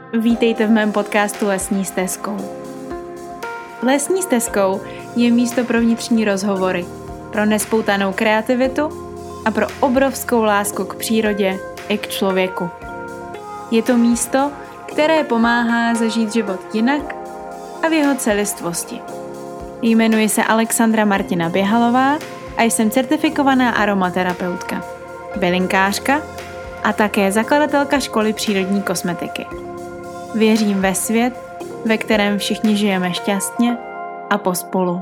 Vítejte v mém podcastu Lesní stezkou. Lesní stezkou je místo pro vnitřní rozhovory, pro nespoutanou kreativitu a pro obrovskou lásku k přírodě i k člověku. Je to místo, které pomáhá zažít život jinak a v jeho celistvosti. Jmenuji se Alexandra Martina Běhalová a jsem certifikovaná aromaterapeutka, bylinkářka a také zakladatelka školy přírodní kosmetiky. Věřím ve svět, ve kterém všichni žijeme šťastně a pospolu.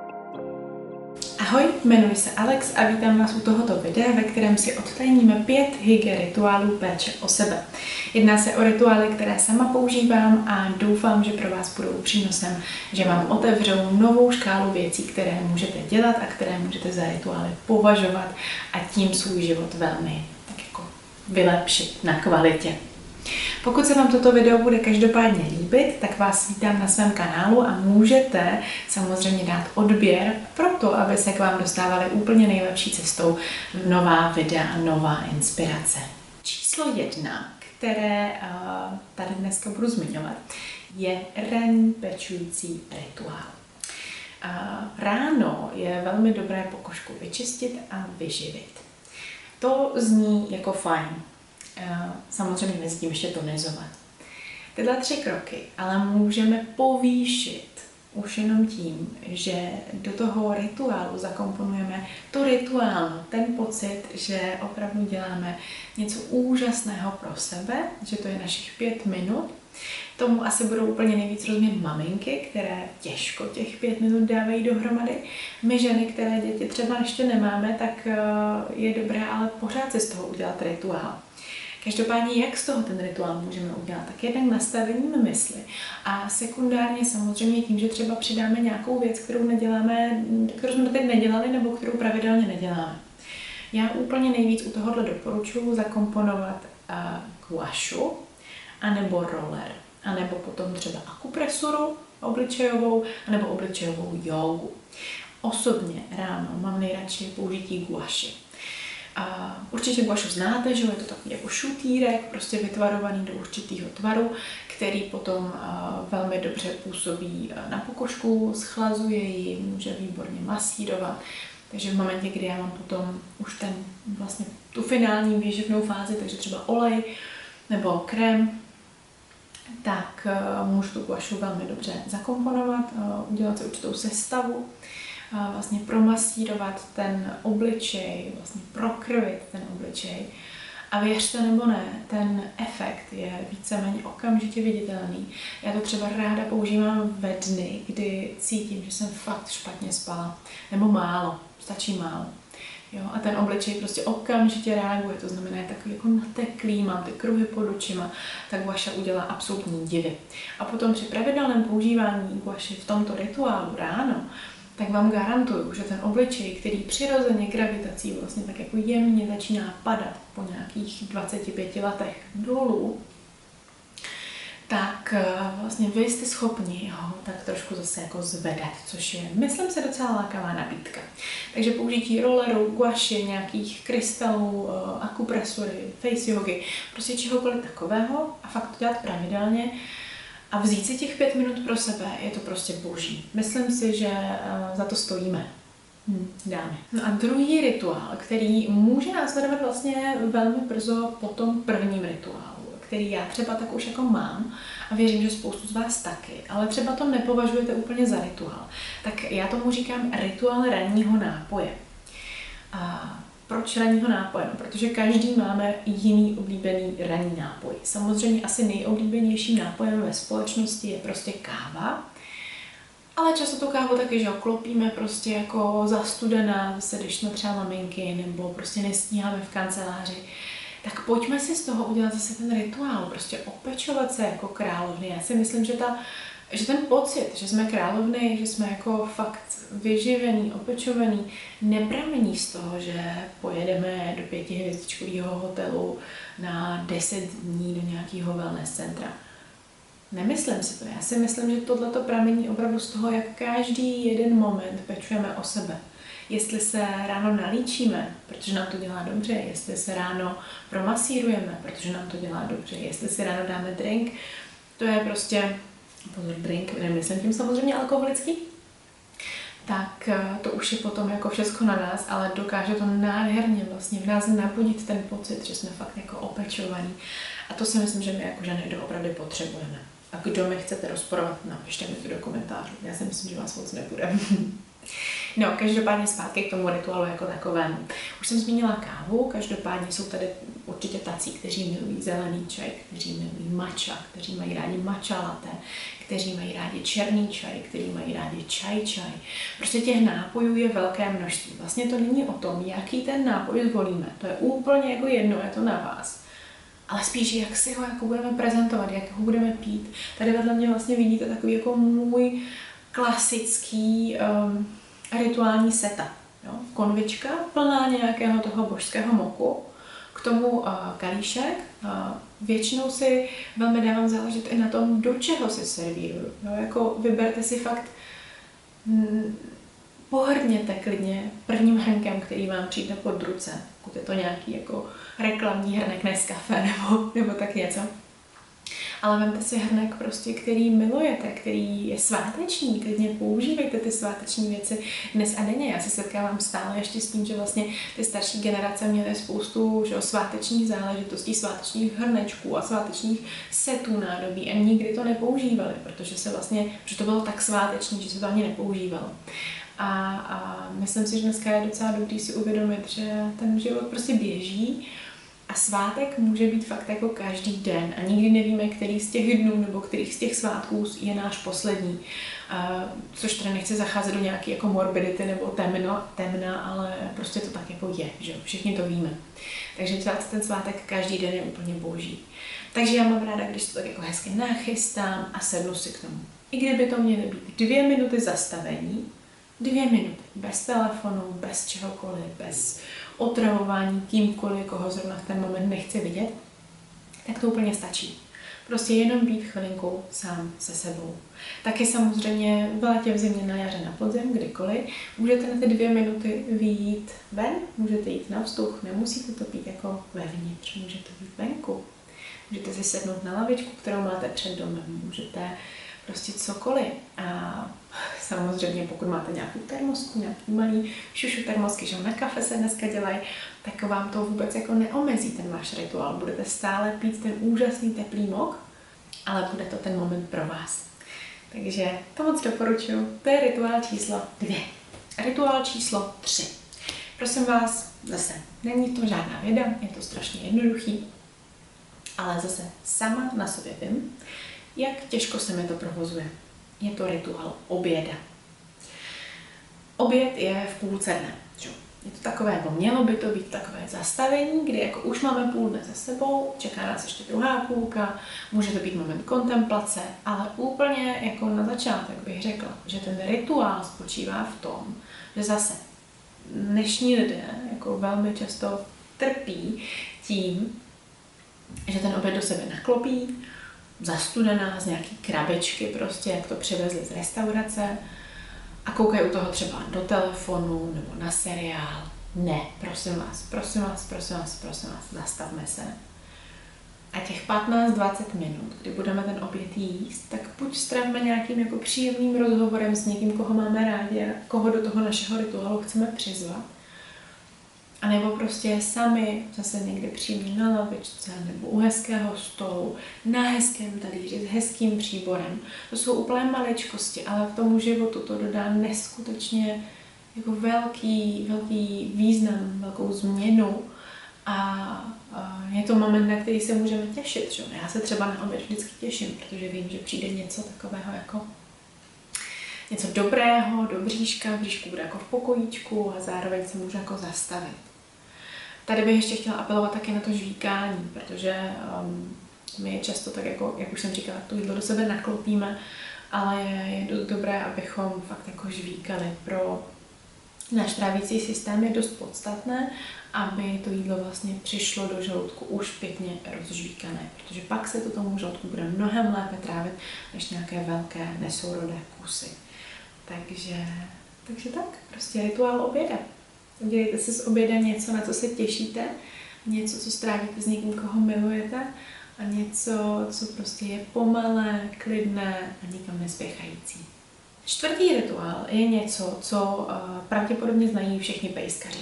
Ahoj, jmenuji se Alex a vítám vás u tohoto videa, ve kterém si odtajníme 5 hygge rituálů péče o sebe. Jedná se o rituály, které sama používám a doufám, že pro vás budou přínosem, že vám otevřou novou škálu věcí, které můžete dělat a které můžete za rituály považovat a tím svůj život velmi tak jako vylepšit na kvalitě. Pokud se vám toto video bude každopádně líbit, tak vás vítám na svém kanálu a můžete samozřejmě dát odběr proto, aby se k vám dostávaly úplně nejlepší cestou nová videa a nová inspirace. Číslo 1, které tady dneska budu zmiňovat, je ranní pečující rituál. Ráno je velmi dobré pokožku vyčistit a vyživit. To zní jako fajn. Samozřejmě mezi tím ještě tonizovat. Tyhle 3 kroky ale můžeme povýšit už jenom tím, že do toho rituálu zakomponujeme to rituálno, ten pocit, že opravdu děláme něco úžasného pro sebe, že to je našich 5 minut. Tomu asi budou úplně nejvíc rozumět maminky, které těžko těch 5 minut dávají dohromady. My ženy, které děti třeba ještě nemáme, tak je dobré ale pořád si z toho udělat rituál. Každopádně, jak z toho ten rituál můžeme udělat? Tak jednak nastavením mysli a sekundárně samozřejmě tím, že třeba přidáme nějakou věc, kterou neděláme, kterou jsme teď nedělali nebo kterou pravidelně neděláme. Já úplně nejvíc u tohohle doporučuji zakomponovat guašu, anebo roller, anebo potom třeba akupresuru obličejovou, anebo obličejovou jógu. Osobně ráno mám nejradši použití guaši. Určitě guašu znáte, že je to takový jako šutýrek, prostě vytvarovaný do určitého tvaru, který potom velmi dobře působí na pokožku, schlazuje ji, může výborně masírovat. Takže v momentě, kdy já mám potom už vlastně tu finální výživnou fázi, takže třeba olej nebo krém, tak můžu tu guašu velmi dobře zakomponovat, udělat si určitou sestavu, vlastně promasírovat ten obličej, vlastně prokrvit ten obličej. A věřte nebo ne, ten efekt je víceméně okamžitě viditelný. Já to třeba ráda používám ve dny, kdy cítím, že jsem fakt špatně spala. Nebo málo, stačí málo. Jo, a ten obličej prostě okamžitě reaguje, to znamená, je takový jako nateklý, mám ty kruhy pod očima, tak guaša udělá absolutní divy. A potom při pravidelném používání guaši v tomto rituálu ráno, tak vám garantuju, že ten obličej, který přirozeně gravitací vlastně tak jako jemně začíná padat po nějakých 25 letech dolů, tak vlastně vy jste schopni ho tak trošku zase jako zvedat, což je, myslím se, docela lákavá nabídka. Takže použití rolleru, guaši, nějakých krystalů, akupresury, face yogi, prostě čehokoliv takového a fakt to dělat pravidelně a vzít si těch 5 minut pro sebe, je to prostě boží. Myslím si, že za to stojíme. Dáme. No a druhý rituál, který může následovat vlastně velmi brzo po tom prvním rituálu, který já třeba tak už jako mám a věřím, že spoustu z vás taky, ale třeba to nepovažujete úplně za rituál. Tak já tomu říkám rituál ranního nápoje. Proč ranního nápoje? No, protože každý máme jiný oblíbený ranní nápoj. Samozřejmě asi nejoblíbenějším nápojem ve společnosti je prostě káva, ale často tu kávu taky, že klopíme prostě jako zastudená, zase když jsme třeba maminky nebo prostě nestíháme v kanceláři. Tak pojďme si z toho udělat zase ten rituál, prostě opečovat se jako královny. Já si myslím, že ten pocit, že jsme královny, že jsme jako fakt vyživený, opečovaný, nepramení z toho, že pojedeme do 5hvězdičkového hotelu na 10 dní do nějakého wellness centra. Nemyslím si to. Já si myslím, že tohleto pramení opravdu z toho, jak každý jeden moment pečujeme o sebe. Jestli se ráno nalíčíme, protože nám to dělá dobře, jestli se ráno promasírujeme, protože nám to dělá dobře, jestli si ráno dáme drink, to je prostě, pozor, drink, nemyslím tím samozřejmě alkoholický, tak to už je potom jako všechno na nás, ale dokáže to nádherně vlastně v nás nabudit ten pocit, že jsme fakt jako opečovaní. A to si myslím, že my jako ženy doopravdy potřebujeme. A kdo mi chcete rozporovat, napište mi to do komentářů. Já si myslím, že vás moc nebude. No, každopádně zpátky k tomu rituálu jako takovému. Už jsem zmínila kávu, každopádně jsou tady určitě tací, kteří milují zelený čaj, kteří milují matcha, kteří mají rádi matcha latte, kteří mají rádi černý čaj, kteří mají rádi čaj. Prostě těch nápojů je velké množství. Vlastně to není o tom, jaký ten nápoj zvolíme. To je úplně jako jedno, je to na vás. Ale spíš, jak si ho jako budeme prezentovat, jak ho budeme pít. Tady vedle mě vlastně vidíte takový jako můj klasický rituální setup. Jo? Konvička plná nějakého toho božského moku, k tomu kalíšek. Většinou si velmi dávám záležet i na tom, do čeho si servíruju. Jako vyberte si fakt, pohrdněte klidně prvním hrnkem, který vám přijde pod ruce, pokud je to nějaký jako reklamní hrnek Nescafé nebo tak něco. Ale vemte si hrnek prostě, který milujete, který je sváteční, klidně používejte ty sváteční věci dnes a denně. Já se setkávám stále ještě s tím, že vlastně ty starší generace měly spoustu svátečních záležitostí, svátečních hrnečků a svátečních setů nádobí a nikdy to nepoužívali, protože to bylo tak sváteční, že se to ani nepoužívalo. A myslím si, že dneska je docela dobrý si uvědomit, že ten život prostě běží a svátek může být fakt jako každý den a nikdy nevíme, který z těch dnů nebo kterých z těch svátků je náš poslední. Což tady nechci zacházet do nějaké jako morbidity nebo temna, ale prostě to tak jako je, že všichni to víme. Takže ten svátek každý den je úplně boží. Takže já mám ráda, když to tak jako hezky nachystám a sednu si k tomu. I kdyby to měly být 2 minuty zastavení, 2 minuty, bez telefonu, bez čehokoliv, bez otravování kýmkoliv, koho zrovna v ten moment nechci vidět, tak to úplně stačí. Prostě jenom být chvilinku sám se sebou. Taky samozřejmě v létě, v zimě, na jaře, na podzim, kdykoliv. Můžete na ty 2 minuty vyjít ven, můžete jít na vzduch, nemusíte to být jako vevnitř, můžete být venku. Můžete si sednout na lavičku, kterou máte před domem, můžete prostě cokoliv. A samozřejmě, pokud máte nějakou termosku, nějaký malý šušu termosky, že na kafe se dneska dělají, tak vám to vůbec jako neomezí ten váš rituál. Budete stále pít ten úžasný teplý mok, ale bude to ten moment pro vás. Takže to moc doporučuji. To je rituál číslo 2. Rituál číslo 3. Prosím vás, zase, není to žádná věda, je to strašně jednoduchý, ale zase sama na sobě vím, jak těžko se mi to provozuje. Je to rituál oběda. Oběd je v půlce dne. Je to takové, nebo mělo by to být takové zastavení, kdy jako už máme půl dne za sebou, čeká nás ještě druhá půlka, může to být moment kontemplace, ale úplně jako na začátek bych řekla, že ten rituál spočívá v tom, že zase dnešní lidé jako velmi často trpí tím, že ten oběd do sebe naklopí, zastudená z nějaký krabičky prostě, jak to přivezli z restaurace a koukají u toho třeba do telefonu nebo na seriál. Ne, prosím vás, zastavme se. A těch 15-20 minut, kdy budeme ten oběd jíst, tak buď strávíme nějakým jako příjemným rozhovorem s někým, koho máme rádi a koho do toho našeho rituálu chceme přizvat, a nebo prostě sami zase někde příjemně na lavičce nebo u hezkého stolu, na hezkém talíři s hezkým příborem. To jsou úplně maličkosti, ale k tomu životu to dodá neskutečně jako velký význam, velkou změnu a je to moment, na který se můžeme těšit. Že? Já se třeba na oběd vždycky těším, protože vím, že přijde něco takového jako něco dobrého, do bříška, bříšku bude jako v pokojíčku a zároveň se můžu jako zastavit. Tady bych ještě chtěla apelovat taky na to žvíkání, protože my často tak jako, jak už jsem říkala, to jídlo do sebe naklopíme, ale je dost dobré, abychom fakt jako žvíkali. Pro náš trávicí systém je dost podstatné, aby to jídlo vlastně přišlo do žaludku už pěkně rozžvíkané, protože pak se to tomu žaludku bude mnohem lépe trávit, než nějaké velké nesourodé kusy. Takže tak, prostě rituál oběda. Udělejte si z oběda něco, na co se těšíte, něco, co strávíte s někým, koho milujete a něco, co prostě je pomalé, klidné a nikam nespěchající. Čtvrtý rituál je něco, co pravděpodobně znají všichni pejskaři.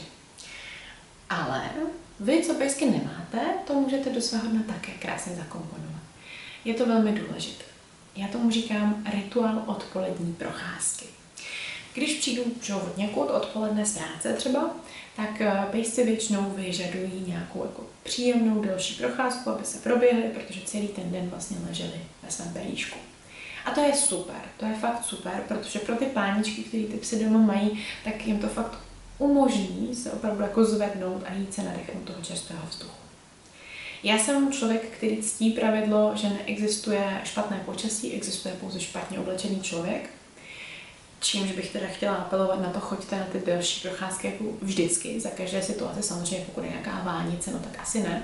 Ale vy, co pejsky nemáte, to můžete do svého dne také krásně zakomponovat. Je to velmi důležité. Já tomu říkám rituál odpolední procházky. Když přijdu od někud odpoledne z práce třeba, tak pejsci většinou vyžadují nějakou jako příjemnou delší procházku, aby se proběhli, protože celý ten den vlastně leželi ve svém pelíšku. A to je super, to je fakt super, protože pro ty páničky, který ty psy doma mají, tak jim to fakt umožní se opravdu jako zvednout a jít se nadechnout toho čerstvého vzduchu. Já jsem člověk, který ctí pravidlo, že neexistuje špatné počasí, existuje pouze špatně oblečený člověk. Čímž bych teda chtěla apelovat na to, choďte na ty delší procházky jako vždycky, za každé situace, samozřejmě pokud je nějaká vánice, no tak asi ne.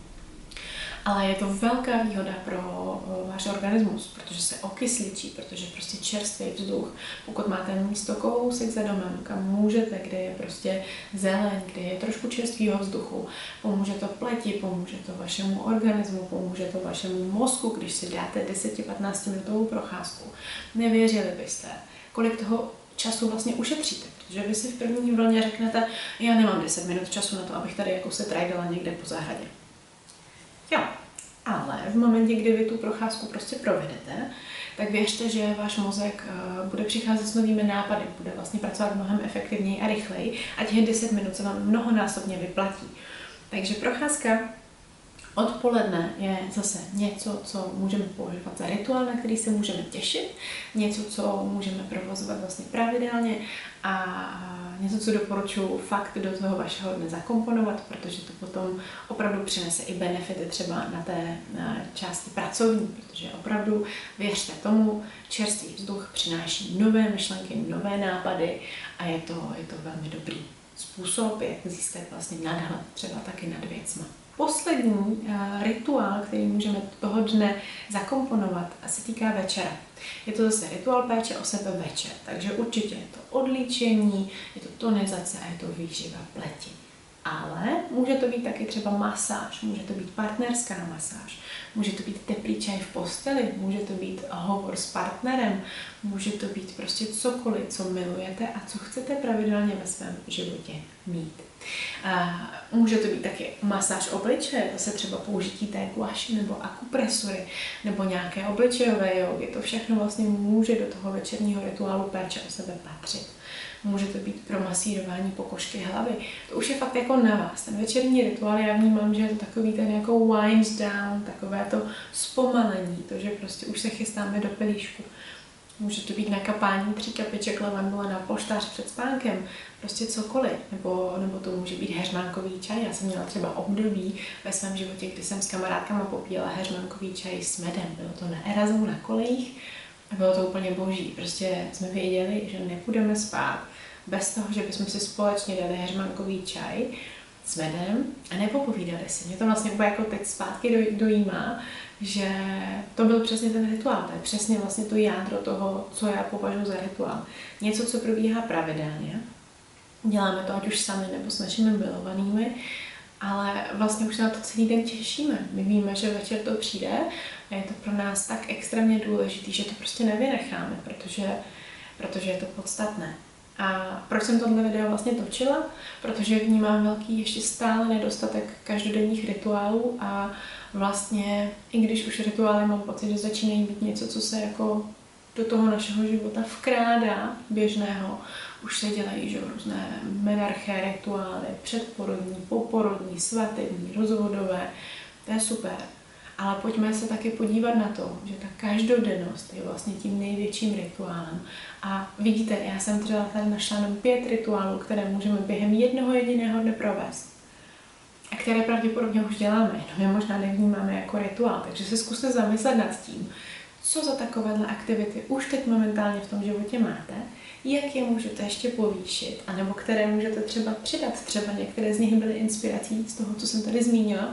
Ale je to velká výhoda pro váš organismus, protože se okysličí, protože prostě čerstvý vzduch. Pokud máte místo kousek za domem, kam můžete, kde je prostě zeleň, kde je trošku čerstvého vzduchu, pomůže to pleti, pomůže to vašemu organismu, pomůže to vašemu mozku, když si dáte 10-15 minutovou procházku. Nevěřili byste, kolik toho času vlastně ušetříte, protože vy si v první vlně řeknete, já nemám 10 minut času na to, abych tady jako se trajdala někde po zahradě. Jo, ale v momentě, kdy vy tu procházku prostě provedete, tak věřte, že váš mozek bude přicházet s novými nápady, bude vlastně pracovat mnohem efektivněji a rychleji a těch 10 minut se vám mnohonásobně vyplatí. Takže procházka odpoledne je zase něco, co můžeme považovat za rituál, na který se můžeme těšit, něco, co můžeme provozovat vlastně pravidelně a něco, co doporučuji fakt do toho vašeho dne zakomponovat, protože to potom opravdu přinese i benefity třeba na té části pracovní, protože opravdu věřte tomu, čerstvý vzduch přináší nové myšlenky, nové nápady a je to velmi dobrý způsob, jak získat vlastně nadhled třeba taky nad věcma. Poslední rituál, který můžeme toho dne zakomponovat, se týká večera. Je to zase rituál péče o sebe večer, takže určitě je to odlíčení, je to tonizace a je to výživa pleti. Ale může to být taky třeba masáž, může to být partnerská masáž, může to být teplý čaj v posteli, může to být hovor s partnerem, může to být prostě cokoliv, co milujete a co chcete pravidelně ve svém životě mít. Může to být taky masáž obličeje, zase třeba použití té guaši nebo akupresury, nebo nějaké obličejové jogy. To všechno vlastně může do toho večerního rituálu péče o sebe patřit. Může to být pro masírování pokožky hlavy. To už je fakt jako na vás. Ten večerní rituál, já vnímám, že je to takový ten jako wind down, takové to zpomalení, to, že prostě už se chystáme do pelíšku. Může to být nakapání 3 kapiček lavandule na polštář před spánkem, prostě cokoliv, nebo to může být heřmánkový čaj. Já jsem měla třeba období ve svém životě, kdy jsem s kamarádkama popíjela heřmánkový čaj s medem. Bylo to na Erasmu na kolejích a bylo to úplně boží. Prostě jsme věděli, že nepůjdeme spát bez toho, že bychom si společně dali heřmánkový čaj s medem a nepopovídali si. Mě to vlastně úplně jako teď zpátky dojímá, že to byl přesně ten rituál. To je přesně vlastně to jádro toho, co já považuji za rituál. Něco, co probíhá pravidelně. Děláme to ať už sami nebo s našimi milovanými, ale vlastně už se na to celý den těšíme. My víme, že večer to přijde a je to pro nás tak extrémně důležitý, že to prostě nevynecháme, protože je to podstatné. A proč jsem tohle video vlastně točila? Protože vnímám velký ještě stále nedostatek každodenních rituálů a vlastně, i když už rituály mám pocit, že začínají být něco, co se jako do toho našeho života vkrádá běžného. Už se dělají že různé menarché rituály, předporodní, poporodní, svatební, rozvodové. To je super. Ale pojďme se taky podívat na to, že ta každodennost je vlastně tím největším rituálem. A vidíte, já jsem třeba tady našla jenom 5 rituálů, které můžeme během jednoho jediného dne provést. A které pravděpodobně už děláme, jenom je možná nevnímáme jako rituál. Takže se zkuste zamyslet nad tím, co za takovéhle aktivity už teď momentálně v tom životě máte, jak je můžete ještě povýšit, anebo které můžete třeba přidat. Třeba některé z nich byly inspirací z toho, co jsem tady zmínila.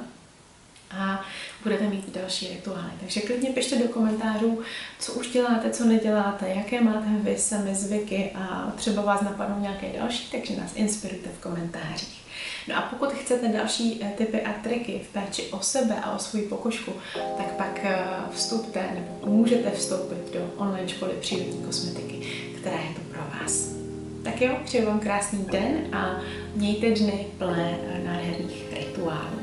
A budete mít další rituály. Takže klidně pište do komentářů, co už děláte, co neděláte, jaké máte vy sami zvyky a třeba vás napadnou nějaké další, takže nás inspirujte v komentářích. No a pokud chcete další tipy a triky v péči o sebe a o svou pokožku, tak pak vstupte nebo můžete vstoupit do online školy přírodní kosmetiky, která je tu pro vás. Tak jo, přeju vám krásný den a mějte dny plné nádherných rituálů.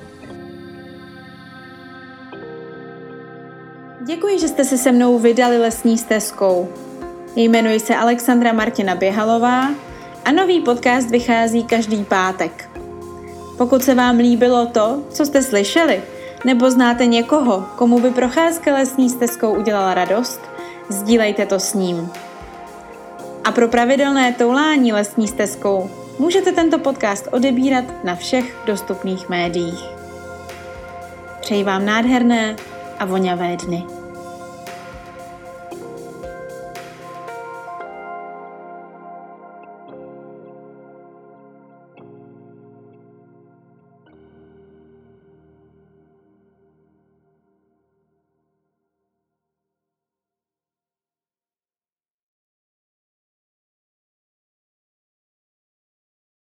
Děkuji, že jste se se mnou vydali lesní stezkou. Jmenuji se Alexandra Martina Běhalová a nový podcast vychází každý pátek. Pokud se vám líbilo to, co jste slyšeli, nebo znáte někoho, komu by procházka lesní stezkou udělala radost, sdílejte to s ním. A pro pravidelné toulání lesní stezkou můžete tento podcast odebírat na všech dostupných médiích. Přeji vám nádherné a voňavé dny.